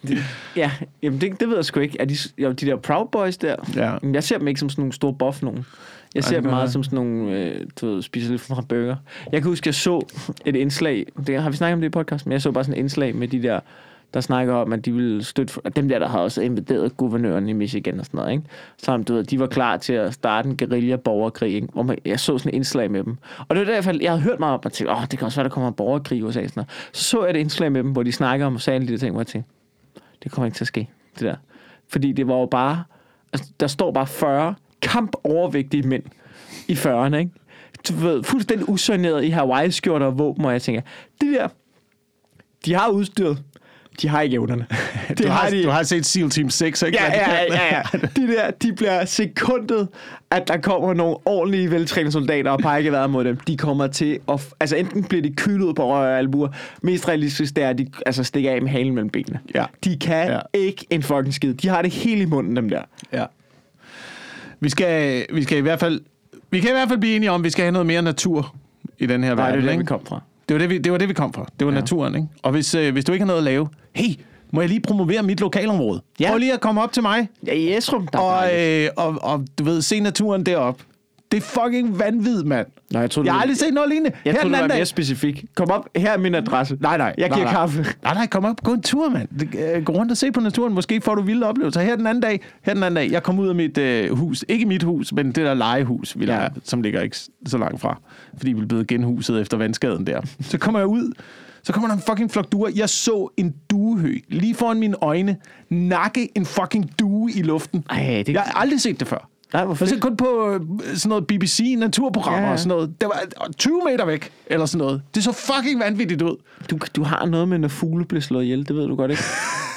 Ja, jamen det ved jeg sgu ikke. Er de der Proud Boys der? Ja. Jeg ser dem ikke som sådan nogle store buff nogen. Jeg ser dem meget som sådan nogle, spiser lidt fra burger. Jeg kan huske, jeg så et indslag, det har vi snakket om det i podcasten, men jeg så bare sådan et indslag med de der snakker om, at de ville støtte dem der har også invaderet guvernøren i Michigan og sådan noget, ikke? Så de var klar til at starte en guerilla-borgerkrig, ikke? Hvor jeg så sådan et indslag med dem. Og det var derfor, jeg havde hørt meget om, og tænkte, det kan også være, der kommer en borgerkrig i USA. Sådan noget. Så jeg et indslag med dem, hvor de snakker om og sagde alle de der ting, hvor jeg tænkte, det kommer ikke til at ske, det der. Fordi det var jo bare, altså, der står bare 40 kampovervægtige mænd i 40'erne, ikke? Du ved, fuldstændig usøgneret i Hawaii-skjorter og våben, og jeg tænker, det der, de har udstyret, de har ikke evnerne. Du har set SEAL Team 6, ikke? Ja. De bliver sekundet, at der kommer nogle ordentlige veltrænede soldater og peger geværet mod dem. De kommer til at... Altså enten bliver de kylet ud på røg og albuer. Mest realistisk, det er, at de stikker af med halen mellem benene. Ja. De kan ikke en fucking skid. De har det hele i munden, dem der. Ja. Vi kan i hvert fald blive enige om, at vi skal have noget mere natur i den her verden. Det er det, vi kom fra. Det var det, vi kom fra. Det var naturen, ikke? Og hvis du ikke har noget at lave, hey, må jeg lige promovere mit lokalområde? Ja. Prøv lige at komme op til mig. Ja, i Esrum, der og du ved, se naturen derop. Det er fucking vanvittigt, mand. Nej, jeg har aldrig set noget lignende. Jeg troede, det var mere specifik. Kom op, her er min adresse. Nej. Jeg giver kaffe. Nej, kom op. Gå en tur, mand. Gå rundt og se på naturen. Måske får du vilde oplevelser. Her den anden dag. Jeg kom ud af mit hus. Ikke mit hus, men det der legehus, som ligger ikke så langt fra. Fordi vi blev genhuset efter vandskaden der. Så kommer jeg ud. Så kommer der en fucking flok duer. Jeg så en duehøg lige foran mine øjne nakke en fucking due i luften. Jeg har aldrig set det før. Nej, hvorfor? Jeg kun på sådan noget BBC naturprogrammer og sådan noget. Det var 20 meter væk, eller sådan noget. Det så fucking vanvittigt ud. Du har noget med, når fugle bliver slået ihjel. Det ved du godt, ikke?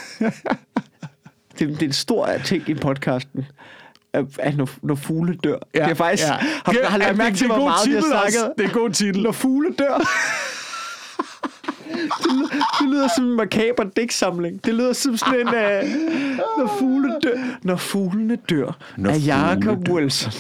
det er en stor ting i podcasten. At når fugle dør. Ja, det er faktisk... Har lagt mærke til, hvor meget de har snakket. Det er en god titel. Når fugle dør. Det lyder som en makaber digtsamling. Det lyder som sådan en... når fugle dør. Når fuglene dør. Af Jacob Wilson.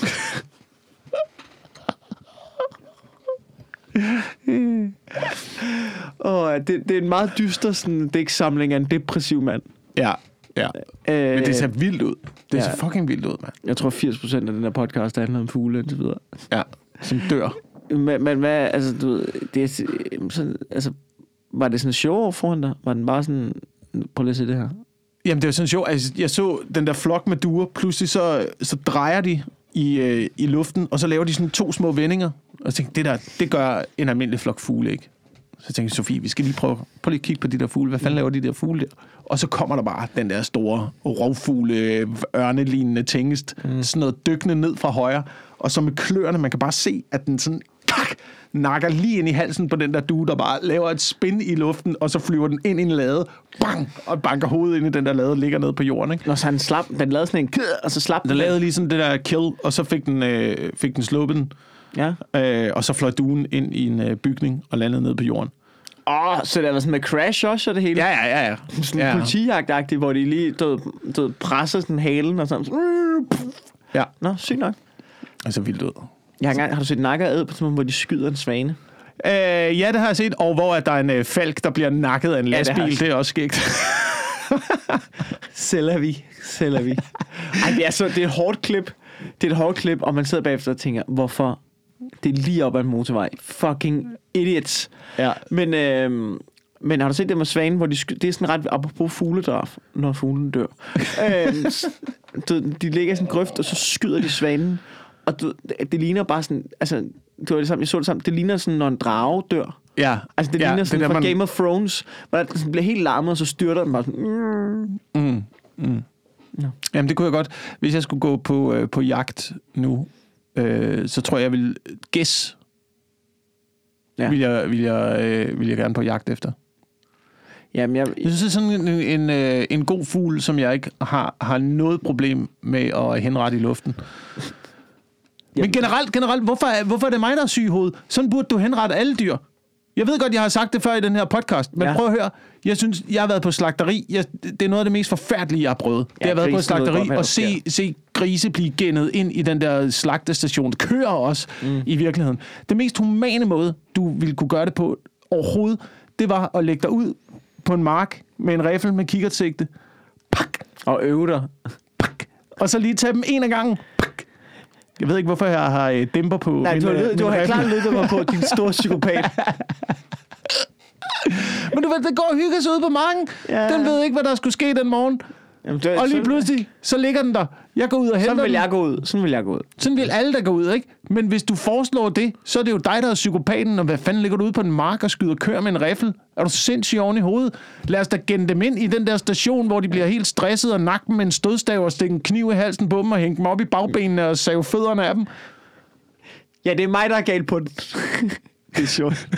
Det er en meget dyster sådan, digtsamling af en depressiv mand. Ja. Men det ser vildt ud. Det ser fucking vildt ud, mand. Jeg tror 80% af den her podcast handler om fugle indtil videre. Ja, som dør. Men hvad... Altså, du ved... Det er sådan... Altså... Var det sådan en show foran dig? Var den bare sådan... Prøv lige at se det her. Jamen, det var sådan en show. Altså, jeg så den der flok med duer. Pludselig så drejer de i luften, og så laver de sådan 2 små vendinger. Og jeg tænkte, det gør en almindelig flok fugle, ikke? Så jeg tænkte, Sofie, vi skal lige prøve lige at kigge på de der fugle. Hvad fanden laver de der fugle der? Og så kommer der bare den der store rovfugle, ørnelignende tingest. Sådan noget dykkende ned fra højre. Og så med kløerne, man kan bare se, at den sådan... nakker lige ind i halsen på den der due, der bare laver et spin i luften, og så flyver den ind i en lade, bang, og banker hovedet ind i den der lade, ligger nede på jorden, ikke? Når så den lavede sådan en og så slap den. Den lavede lige sådan det der kill, og så fik den sluppet den. Ja. Og så fløj duen ind i en bygning og landede nede på jorden. Så det var sådan med crash også, og det hele? Ja. Sådan politijagt-agtigt, hvor de lige presser sådan halen og sådan. Ja. Nå, sygt nok. Altså vildt ud. Har du set nakker ad på sådan, hvor de skyder en svane? Ja, det har jeg set. Og hvor at der er en falk, der bliver nakket af en lastbil. Det er også skægt. Sælger vi. Ej, det er et hårdt klip. Det er et hårdt klip, og man sidder bagefter og tænker, hvorfor? Det er lige op ad en motorvej. Fucking idiots. Ja. Men har du set det med svanen, hvor det er sådan ret apropos fugledrab, når fuglen dør. De ligger i sådan en grøft, og så skyder de svanen. Og det ligner bare sådan, altså, det var det samme, jeg så det sammen, det ligner sådan, når en drage dør. Ja. Altså, det ligner sådan fra Game of Thrones, hvor den bliver helt larmet, og så styrter den bare sådan. Ja. Jamen, det kunne jeg godt. Hvis jeg skulle gå på jagt nu, så tror jeg vil gæs. Ja. Vil jeg gerne på jagt efter. Jamen, jeg synes, det er sådan en god fugl, som jeg ikke har noget problem med at henrette i luften. Men generelt, hvorfor er det mig, der er syg i hovedet? Sådan burde du henrette alle dyr. Jeg ved godt, jeg har sagt det før i den her podcast, men prøv at høre. Jeg synes, jeg har været på slagteri. Det er noget af det mest forfærdelige, jeg har prøvet. Det har været på slagteri og se grise blive gennet ind i den der slagtestation. Køer også, i virkeligheden. Den mest humane måde, du ville kunne gøre det på overhovedet, det var at lægge dig ud på en mark med en riffel med kikkertsigte. Pak! Og øve dig. Pak! Og så lige tage dem en af gangen. Pak! Jeg ved ikke, hvorfor jeg har dæmper på. Nej, du har klart lyttet mig på din store psykopat. Men du ved, det går og hygger sig ude på marken. Ja. Den ved ikke, hvad der skulle ske den morgen. Jamen, og lige pludselig, så ligger den der. Jeg går ud og henter den. Sådan vil jeg gå ud. Sådan vil alle, der går ud, ikke? Men hvis du foreslår det, så er det jo dig, der er psykopaten. Og hvad fanden ligger du ude på en mark og skyder køer med en riffel? Er du sindssygt oven i hovedet? Lad os da gemme dem ind i den der station, hvor de bliver helt stresset og nakke dem med en stødstav og stikke en kniv i halsen på dem og hænge dem op i bagbenene og save fødderne af dem. Ja, det er mig, der er galt på det. Det er sjovt.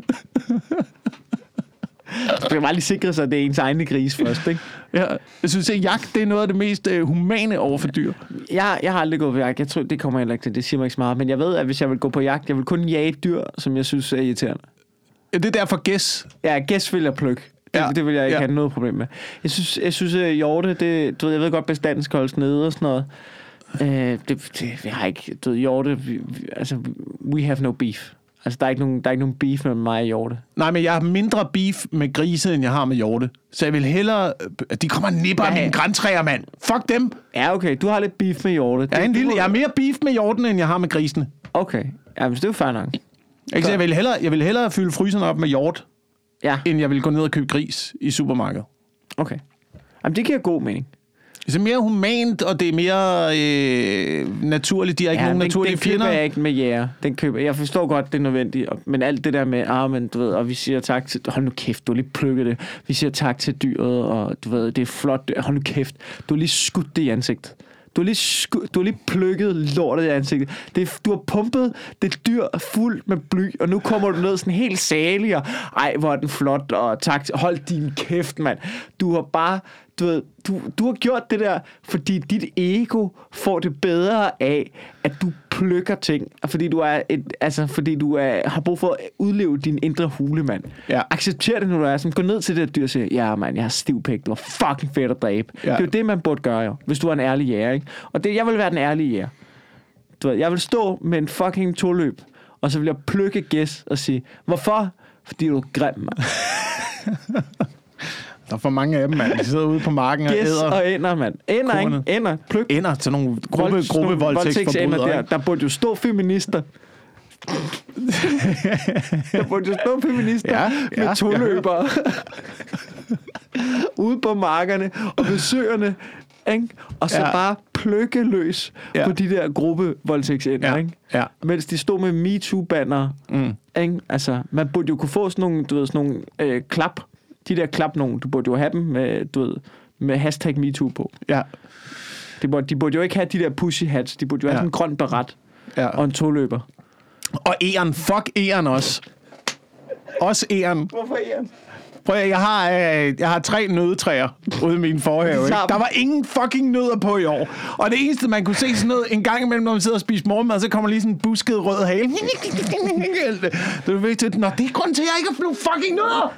Så skal bare lige sikre sig, at det er ens egne gris først, ikke? Ja, jeg synes, at jagt, det er noget af det mest humane over for dyr. Jeg har aldrig gået på jagt. Jeg tror, det kommer heller ikke til. Det siger mig ikke så meget. Men jeg ved, at hvis jeg vil gå på jagt, jeg vil kun jage dyr, som jeg synes er irriterende. Ja, det er derfor gæs. Ja, gæs vil jeg plukke. Det vil jeg ikke have noget problem med. Jeg synes at hjorte, det, du ved, jeg ved godt, bestanden skal holdes nede og sådan noget. Vi har ikke, du ved, hjorte, altså, we have no beef. Altså, der er ikke nogen beef med mig og hjorte. Nej, men jeg har mindre beef med grise, end jeg har med hjorte. Så jeg vil hellere... De kommer og nipper af mine grantræer, mand. Fuck dem. Ja, okay. Du har lidt beef med hjorte. Jeg har mere beef med hjorten, end jeg har med grisene. Okay. Ja, men det er jo fair nok. Ikke, så jeg vil hellere fylde fryseren op med hjort, end jeg vil gå ned og købe gris i supermarkedet. Okay. Jamen, det giver god mening. Det er mere humant, og det er mere naturligt. De har ikke nogen naturlige fjender. Den køber jeg ikke med jæger. Den køber jeg. Forstår godt, det er nødvendigt. Men alt det der med, men du ved, og vi siger tak til... Hold nu kæft, du har lige plukket det. Vi siger tak til dyret, og du ved, det er flot. Hold nu kæft, du har lige skudt det i ansigtet. Du har lige plukket lortet i ansigtet. Du har pumpet det dyr fuld med bly, og nu kommer du ned sådan helt salig, og ej, hvor er den flot, og tak. Hold din kæft, mand. Du har bare... Du har gjort det der, fordi dit ego får det bedre af, at du plukker ting, fordi du har brug for at udleve din indre hulemand. Ja. Accepter det, når du er sådan. Gå ned til det dyr og siger, ja, mand, jeg har stiv pæk, du var fucking fedt at dræbe. Ja. Det er jo det, man burde gøre, jo, hvis du er en ærlig jæger, ikke? Og jeg vil være den ærlige jæger. Du ved, jeg vil stå med en fucking toløb, og så vil jeg plukke gæs og sige, hvorfor? Fordi du er grim, mand. Der er for mange af dem, mand. De sidder ude på marken og æder. Og ender, mand. Ender, ikke? Ender. Pløk. Ender til nogle gruppevoldtægtsforbrydere. Der burde jo stå feminister. Der burde jo stå feminister med toløbere. Ude på markerne og ved søerne. Ikke? Og så bare plukke løs på de der gruppevoldtægtsender, ikke? Ja. Mens de stod med MeToo-banner. Ikke? Altså, man burde jo kunne få sådan nogle, du ved, sådan nogle klap. De der klap nogen, du burde jo have dem med, du ved, med hashtag MeToo på. Ja. De burde jo ikke have de der pussy hats. De burde jo have sådan en grøn beret og en toløber. Og æren. Fuck æren også. Også æren. Hvorfor æren? Prøv at, jeg har 3 nødetræer ude i min forhave. Ikke? Der var ingen fucking nødder på i år. Og det eneste, man kunne se sådan noget en gang imellem, når man sidder og spiser morgenmad, så kommer lige sådan en busket rød hale. Det er vigtigt. Nå, det er grunden til, at jeg ikke har nogen fucking nødder.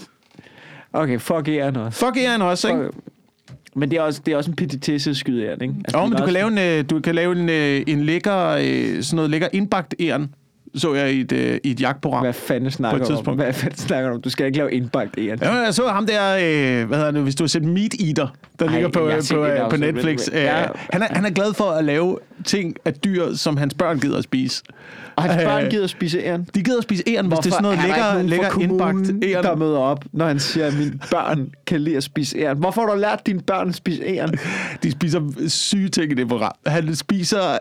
Okay, fuck æren også. Fuck æren også, ikke? Men det er også en petitesse skyde æren, ikke? Altså, men du kan lave en lækker, sådan noget lækker indbagt æren, så jeg i et jagtprogram. Hvad fanden snakker du om? Du skal ikke lave indbagt æren. Ja, jeg så ham der, hvad hedder det, hvis du har set Meat Eater, der ligger på Netflix. Han er glad for at lave ting af dyr, som hans børn gider at spise. Og hans børn gider at spise æren? De gider at spise æren, hvis det er sådan noget lækker indbagt æren. Der møder op, når han siger, at mine børn kan lide at spise æren. Hvorfor har du lært dine børn at spise æren? De spiser syge ting i det program. Han spiser,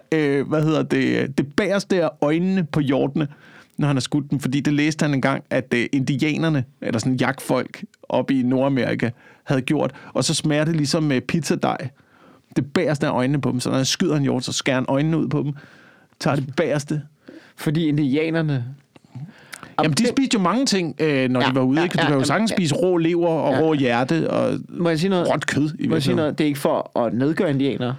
det bagerste af øjnene på hjortene, når han har skudt dem. Fordi det læste han engang, at indianerne, eller sådan jagtfolk oppe i Nordamerika, havde gjort. Og så smager det ligesom med pizzadej. Det bagerste af øjnene på dem. Så når han skyder en hjort, så skærer han øjnene ud på dem. Tager det bagerste. Fordi indianerne... Jamen, de spiste jo mange ting, når de var ude. Du kan jo sagtens spise rå lever og rå hjerte og råt kød. Må jeg sige noget? Det er ikke for at nedgøre indianere.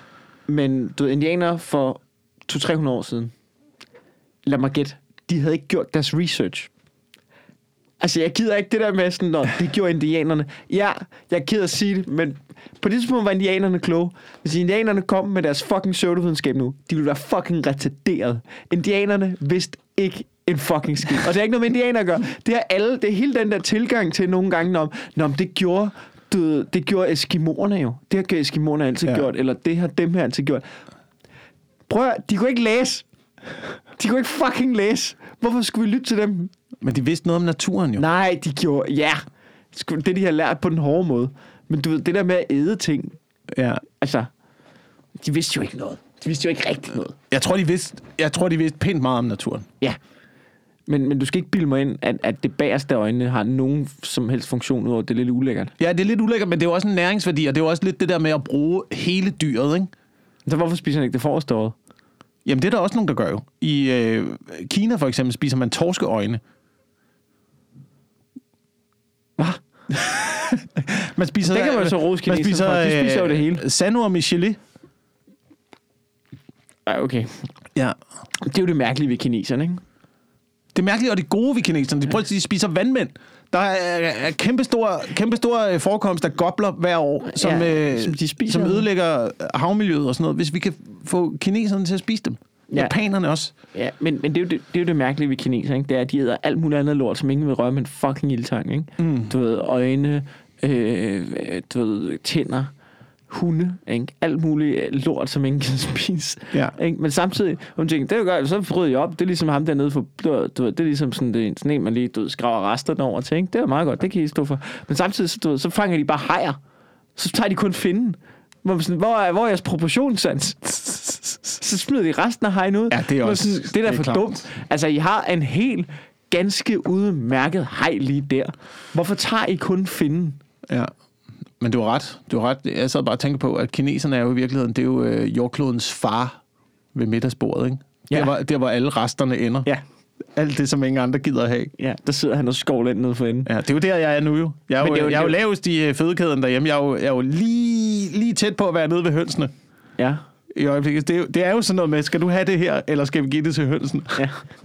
Men du ved, indianere for 200-300 år siden, lad mig gætte, de havde ikke gjort deres research. Altså, jeg gider ikke det der med sådan, når de gjorde indianerne. Ja, jeg er ked at sige det, men på det tidspunkt var indianerne kloge. Hvis indianerne kom med deres fucking pseudovidenskab nu, de ville være fucking retarderet. Indianerne vidste ikke en fucking skid. Og det er ikke noget med indianer at gøre. Det er hele den der tilgang til nogle gange, når det gjorde eskimoerne jo. Det har eskimoerne altid gjort, eller det har dem her altid gjort. Prøv de kunne ikke læse. De kunne ikke fucking læse. Hvorfor skulle vi lytte til dem? Men de vidste noget om naturen jo. Nej, de gjorde, ja. Det de har lært på den hårde måde. Men du ved, det der med at æde ting. Ja. Altså, de vidste jo ikke noget. De vidste jo ikke rigtig noget. Jeg tror, de vidste pænt meget om naturen. Ja. Men du skal ikke bilde mig ind, at det bagerste øjne har nogen som helst funktion ud over, det er lidt ulækkert. Ja, det er lidt ulækkert, men det er jo også en næringsværdi, og det er jo også lidt det der med at bruge hele dyret, ikke? Så hvorfor spiser han ikke det forreste øje? Jamen, det er der også nogen, der gør jo. I Kina for eksempel spiser man torskeøjne. Hvad? Man spiser, det kan man jo så rose kineserne for. De spiser jo det hele. Sandorm i gelé. Ja, okay. Ja. Det er jo det mærkelige ved kineserne, ikke? Det mærkelige og det gode ved kineserne, de spiser vandmænd. Der er kæmpe stor forekomst af gobler hver år, som ødelægger havmiljøet og sådan noget. Hvis vi kan få kineserne til at spise dem. Ja. Japanerne også. Ja, men det er jo det mærkelige ved kineserne, ikke? Det er, at de æder alt muligt andet lort, som ingen vil røre med en fucking ildtang, ikke? Mm. Du ved, øjne, tænder, hunde, ikke? Alt muligt lort, som ingen kan spise. Ja. Ikke? Men samtidig, hun tænker, det er jo godt, så forryder jeg op. Det er ligesom ham dernede for, det er ligesom sådan en, man lige skraver resterne over til, ikke? Det er meget godt, det kan I stå for. Men samtidig, så fanger de bare hajer. Så tager de kun finden. Hvor er jeres proportionssans? Så smider de resten af hajen ud. Ja, det er også... Det er da for dumt. Altså, I har en helt ganske udmærket haj lige der. Hvorfor tager I kun finden? Ja. Men du har ret. Jeg sad bare og tænker på, at kineserne er jo i virkeligheden, det er jo jordklodens far ved middagsbordet, ikke? Ja. Der hvor alle resterne ender. Ja. Alt det, som ingen andre gider at have. Ja, der sidder han og skovler nede for enden. Ja, det er jo der, jeg er nu jo. Jeg er jo lavest i fødekæden derhjemme. Jeg er jo lige tæt på at være nede ved hønsene. Ja. I øjeblikket. Det er jo sådan noget med, skal du have det her, eller skal vi give det til hønsen? Ja.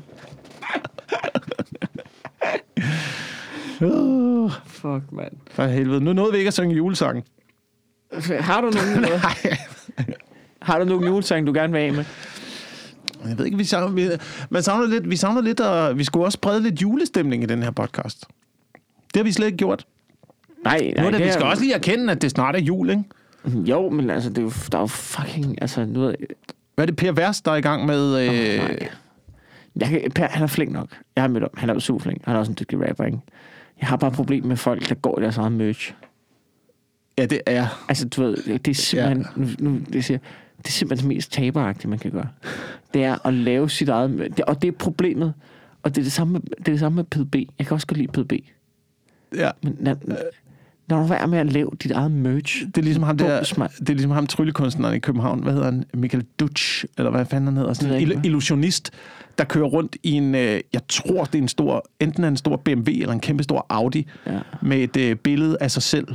Fuck, mand. For helvede. Nu nåede vi ikke at synge julesangen. Har du nogen? Har du nogen julesang, du gerne vil af med? Jeg ved ikke, vi savner lidt, og vi skulle også sprede lidt julestemning i den her podcast. Det har vi slet ikke gjort. Nej, vi skal også lige erkende, at det snart er jul, ikke? Jo, men altså, der er jo fucking... Altså, hvad er det Per Vers, der er i gang med... Per, han er flink nok. Jeg har mødt ham. Han er jo super flink. Han er også en dygtig rapper, ikke? Jeg har bare et problem med folk, der går i deres eget merch. Ja, det er... Altså, du ved, det er simpelthen... Ja. Det er simpelthen det mest taberagtige, man kan gøre. Det er at lave sit eget... Og det er problemet. Og det er det samme med PDB. Jeg kan også godt lide PDB. Ja. Men når du er med at lave dit eget merch... Det er ligesom ham der... Det er ligesom ham tryllekunstneren i København. Hvad hedder han? Michael Dutch, eller hvad fanden han hedder? Sådan en illusionist, der kører rundt i en... Jeg tror, det er en stor... Enten en stor BMW eller en kæmpe stor Audi. Ja. Med et billede af sig selv.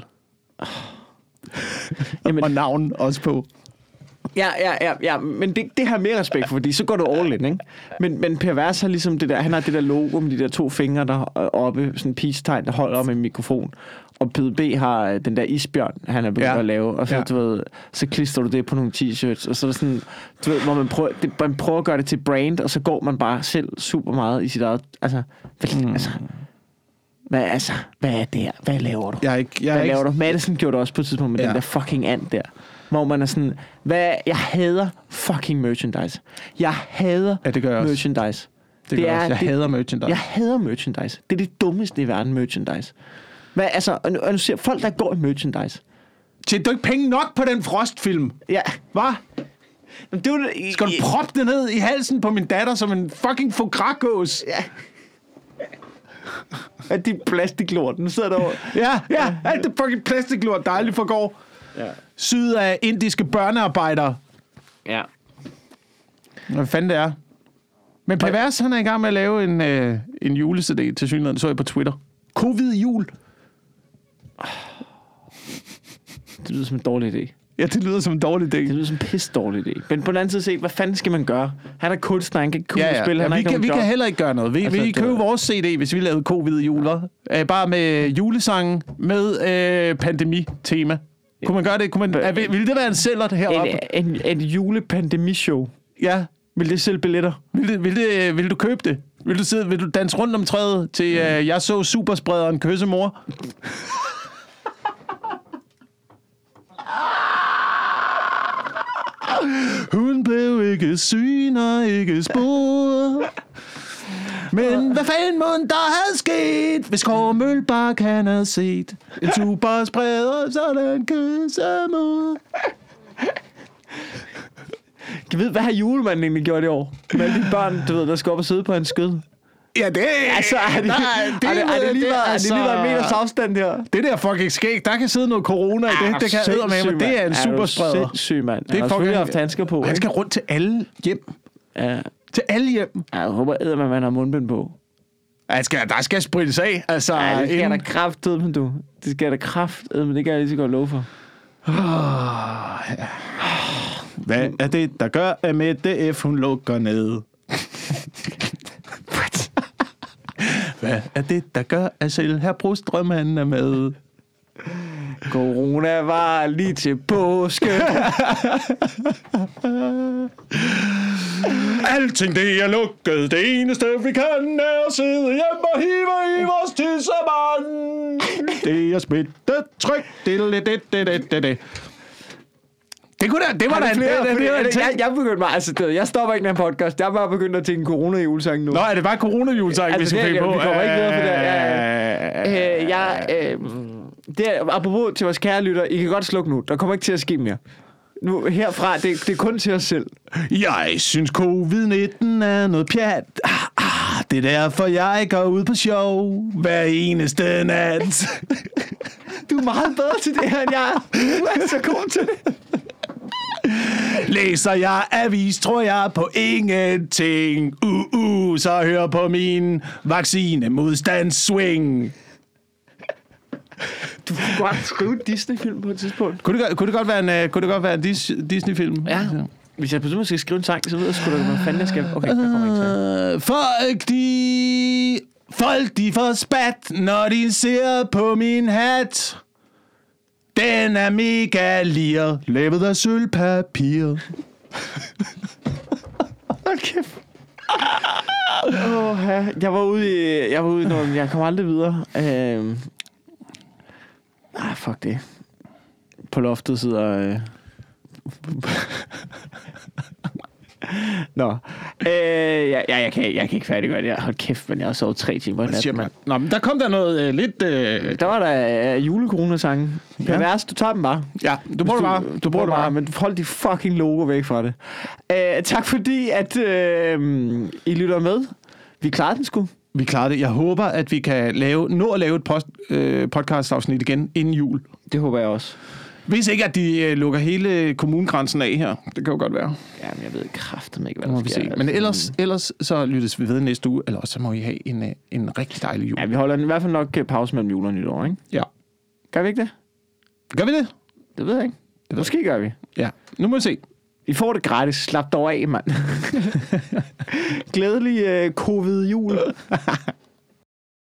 Jamen, og navn også på. Ja, men det har mere respekt for, fordi så går du all in, ikke? Men Per Vers har ligesom det der, han har det der logo med de der 2 fingre der oppe, sådan en peace-tegn, der holder med en mikrofon. Og PDB har den der isbjørn, han er begyndt at lave, og så, du ved, så klistrer du det på nogle t-shirts, og så er det sådan, du ved, hvor man prøver at gøre det til brand, og så går man bare selv super meget i sit eget, hvad er det her? Hvad laver du? Hvad laver du? Madison gjorde det også på et tidspunkt med den der fucking and der. Hvor man er sådan, jeg hader fucking merchandise. Jeg hader merchandise. Jeg hader merchandise. Jeg hader merchandise. Det er det dummeste i verden, merchandise. Og nu ser folk, der går i merchandise. Tjener du ikke penge nok på den Frost-film? Ja. Hvad? Skal du proppe det ned i halsen på min datter som en fucking fokrakås? Ja. At de plastiklort, nu sidder der over. Ja, alt det fucking plastiklort, der aldrig forgår. Ja. Syd af indiske børnearbejdere. Ja. Hvad fanden det er? Men Pervers, han er i gang med at lave en jule-CD til synligheden, så jeg på Twitter. Covid-jul. Det lyder som en dårlig idé. Ja, det lyder som en dårlig idé. Det lyder som en pisse dårlig idé. Men på den anden side set, hvad fanden skal man gøre? Han er kunstner, han kan ikke spille. Vi kan heller ikke gøre noget. Vi køber vores CD, hvis vi lavede covid-jul. Bare med julesangen med pandemi-tema. Kunne man gøre det? Ville det være en sælger heroppe? En julepandemishow. Ja. Vil det sælge billetter? Vil du købe det? Vil du danse rundt om træet til jeg så supersprederen kysse mor? Hun blev ikke syg og ikke spor. Men hvad fanden må der have sket, hvis Kåre Mølbak han havde set en superspreder sådan kysse mor? Kan vide, hvad har julemanden egentlig gjort i år? Med alle de børn, du ved, der skal op og sidde på en skød. Ja, det Altså, har det lige været en meters afstand her? Det der fucking skæg, der kan sidde noget corona i det. Det kan sidde med, men det er en superspreder. Sindssyg, mand. Det er fucking haft handsker på. Han skal rundt til alle hjem. Ja. Til alle hjem. Jeg håber, man har mundbind på. Der skal sprittes af. Altså, Ja, det skal der kraftedme, du. Det skal der kraftedme, det kan jeg lige så godt love for. Ja. Hvad er det, der gør, at Mette F. hun lukker ned? Hvad er det, der gør, at selv herr Brostrøm han er med? Corona var lige til påske. Alting det er lukket. Det eneste vi kan er at sidde hjemme og hive i vores tissemand. Det er smittetryk. Det var da en Jeg begyndte mig, altså jeg stopper ikke med en podcast. Jeg er bare begyndt at tænke corona-julesang nu. Nå, er det bare corona-julesang, vi skal finde på? Vi kommer ikke videre for det. Det er, apropos til vores kære lytter, I kan godt slukke nu. Der kommer ikke til at ske mere. Nu herfra, det er kun til os selv. Jeg synes covid-19 er noget pjat. Det er derfor, jeg går ud på show hver eneste nat. Du er meget bedre til det her, end jeg er. Du er så god til det. Læser jeg avis, tror jeg på ingenting. Så hør på min vaccinemodstandsswing. Du kunne godt skrive en Disney-film på et tidspunkt. Kunne det godt være en Disney-film? Ja. Hvis jeg pludselig skal skrive en sang, så ved jeg sgu da, hvad fanden jeg skal... Okay, der kommer ikke til. Folk de får spat, når de ser på min hat. Den er mega lir, lavet af sølvpapir. Hold kæft. Jeg var ude i noget, jeg kommer aldrig videre. Fuck det. På loftet sidder... Nå. Jeg kan ikke færdiggøre det her. Hold kæft, men jeg har sovet 3 timer i nat, mand. Nå, men der kom der noget lidt... Der var der julecorona-sange. Ja. Pervers, du tager dem bare. Ja, du bruger det bare. Men hold de fucking logo væk fra det. Tak fordi, at I lytter med. Vi klarede den sgu. Vi klarer det. Jeg håber, at vi kan nå at lave et podcast-afsnit igen inden jul. Det håber jeg også. Hvis ikke, at de lukker hele kommunegrænsen af her. Det kan jo godt være. Ja, men jeg ved kraftedeme ikke, hvad der sker. Men ellers så lyttes vi ved næste uge, eller så må I have en rigtig dejlig jul. Ja, vi holder i hvert fald nok pause mellem jul og nytår, ikke? Ja. Gør vi ikke det? Gør vi det? Det ved jeg ikke. Måske gør vi. Ja, nu må vi se. I får det gratis. Slap dog af, mand. Glædelig covid-jul.